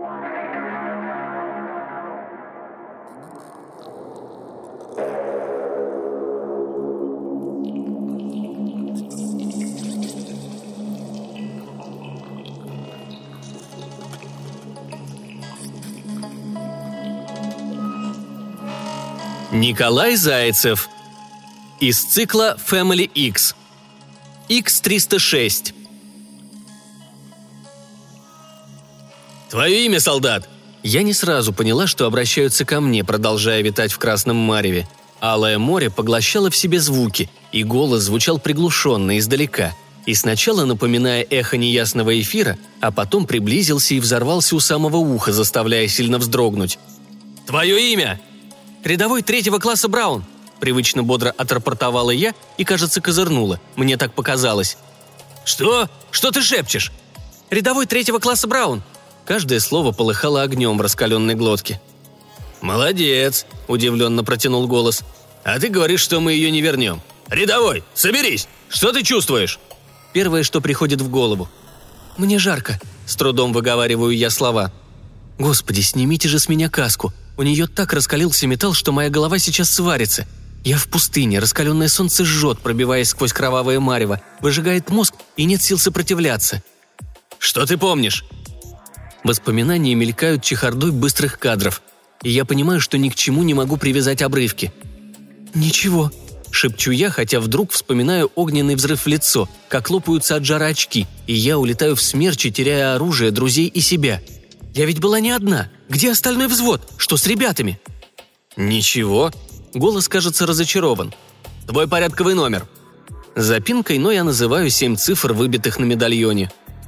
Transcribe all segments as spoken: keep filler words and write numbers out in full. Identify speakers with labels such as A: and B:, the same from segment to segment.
A: Николай Зайцев. Из цикла Family X. икс триста шесть. «Твое имя, солдат?» Я не сразу поняла, что обращаются ко мне, продолжая витать в красном мареве. Алое море поглощало в себе звуки, и голос звучал приглушенно, издалека, и сначала напоминая эхо неясного эфира, а потом приблизился и взорвался у самого уха, заставляя сильно вздрогнуть. «Твое имя?» «Рядовой третьего класса Браун», – привычно бодро отрапортовала я и, кажется, козырнула. Мне так показалось. «Что? Что ты шепчешь?» «Рядовой третьего класса Браун». Каждое слово полыхало огнем в раскаленной глотке. «Молодец», – удивленно протянул голос. «А ты говоришь, что мы ее не вернем. Рядовой, соберись! Что ты чувствуешь?» Первое, что приходит в голову. «Мне жарко», – с трудом выговариваю я слова. «Господи, снимите же с меня каску. У нее так раскалился металл, что моя голова сейчас сварится. Я в пустыне, раскаленное солнце жжет, пробиваясь сквозь кровавое марево, выжигает мозг, и нет сил сопротивляться». «Что ты помнишь?» Воспоминания мелькают чехардой быстрых кадров, и я понимаю, что ни к чему не могу привязать обрывки. «Ничего», – шепчу я, хотя вдруг вспоминаю огненный взрыв в лицо, как лопаются от жара очки, и я улетаю в смерчи, теряя оружие, друзей и себя. Я ведь была не одна. Где остальной взвод? Что с ребятами?» «Ничего». Голос, кажется, разочарован. «Твой порядковый номер». Запинкой, но я называю семь цифр, выбитых на медальоне.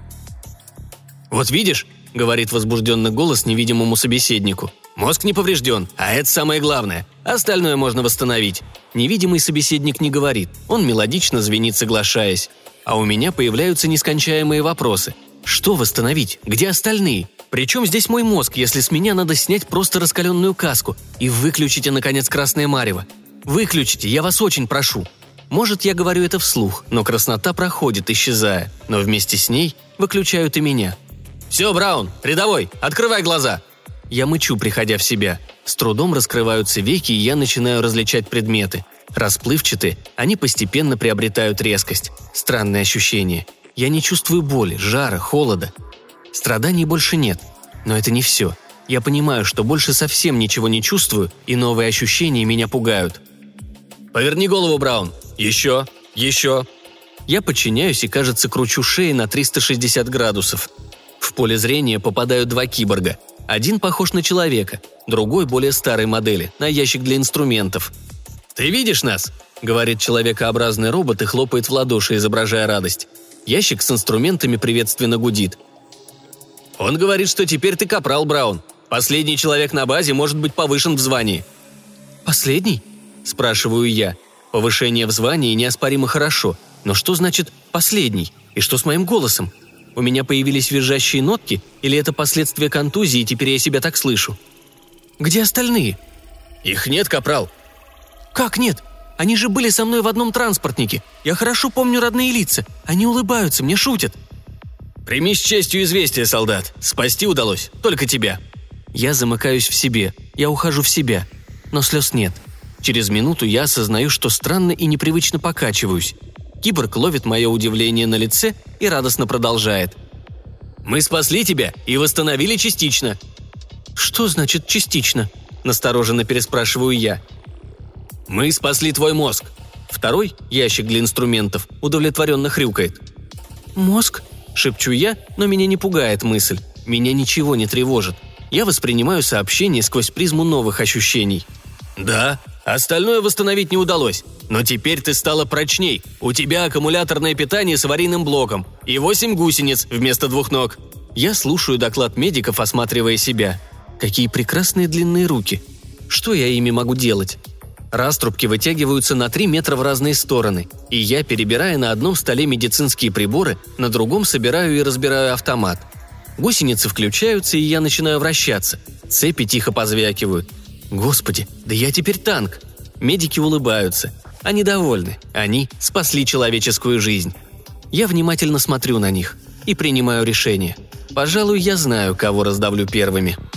A: «Вот видишь», — говорит возбужденный голос невидимому собеседнику, «мозг не поврежден, а это самое главное. Остальное можно восстановить». Невидимый собеседник не говорит, он мелодично звенит, соглашаясь. А у меня появляются нескончаемые вопросы. Что восстановить? Где остальные? Причем здесь мой мозг, если с меня надо снять просто раскаленную каску? И выключите, наконец, красное марево. Выключите, я вас очень прошу. Может, я говорю это вслух, но краснота проходит, исчезая. Но вместе с ней выключают и меня. «Все, Браун, рядовой, открывай глаза!» Я мычу, приходя в себя. С трудом раскрываются веки, и я начинаю различать предметы. Расплывчатые, они постепенно приобретают резкость. Странное ощущение. Я не чувствую боли, жара, холода. Страданий больше нет. Но это не все. Я понимаю, что больше совсем ничего не чувствую, и новые ощущения меня пугают. «Поверни голову, Браун! Еще! Еще!» Я подчиняюсь и, кажется, кручу шеи на триста шестьдесят градусов. В поле зрения попадают два киборга. Один похож на человека, другой более старой модели, на ящик для инструментов. «Ты видишь нас?» – говорит человекообразный робот и хлопает в ладоши, изображая радость. Ящик с инструментами приветственно гудит. «Он говорит, что теперь ты капрал, Браун. Последний человек на базе может быть повышен в звании». «Последний?» – спрашиваю я. Повышение в звании неоспоримо хорошо, но что значит «последний»? И что с моим голосом? У меня появились визжащие нотки, или это последствия контузии, и теперь я себя так слышу? «Где остальные?» «Их нет, капрал». «Как нет? Они же были со мной в одном транспортнике. Я хорошо помню родные лица. Они улыбаются, мне шутят». «Прими с честью известие, солдат. Спасти удалось только тебя». Я замыкаюсь в себе, я ухожу в себя. Но слез нет. Через минуту я осознаю, что странно и непривычно покачиваюсь. Киборг ловит мое удивление на лице и радостно продолжает. «Мы спасли тебя и восстановили частично». «Что значит частично?» – настороженно переспрашиваю я. «Мы спасли твой мозг». Второй, ящик для инструментов, удовлетворенно хрюкает. «Мозг?» – шепчу я, но меня не пугает мысль. Меня ничего не тревожит. Я воспринимаю сообщение сквозь призму новых ощущений. «Да, остальное восстановить не удалось. Но теперь ты стала прочней. У тебя аккумуляторное питание с аварийным блоком и восемь гусениц вместо двух ног». Я слушаю доклад медиков, осматривая себя. Какие прекрасные длинные руки. Что я ими могу делать? Раструбки вытягиваются на три метра в разные стороны, и я, перебирая на одном столе медицинские приборы, на другом собираю и разбираю автомат. Гусеницы включаются, и я начинаю вращаться. Цепи тихо позвякивают. Господи, да я теперь танк. Медики улыбаются. Они довольны. Они спасли человеческую жизнь. Я внимательно смотрю на них и принимаю решение. Пожалуй, я знаю, кого раздавлю первыми.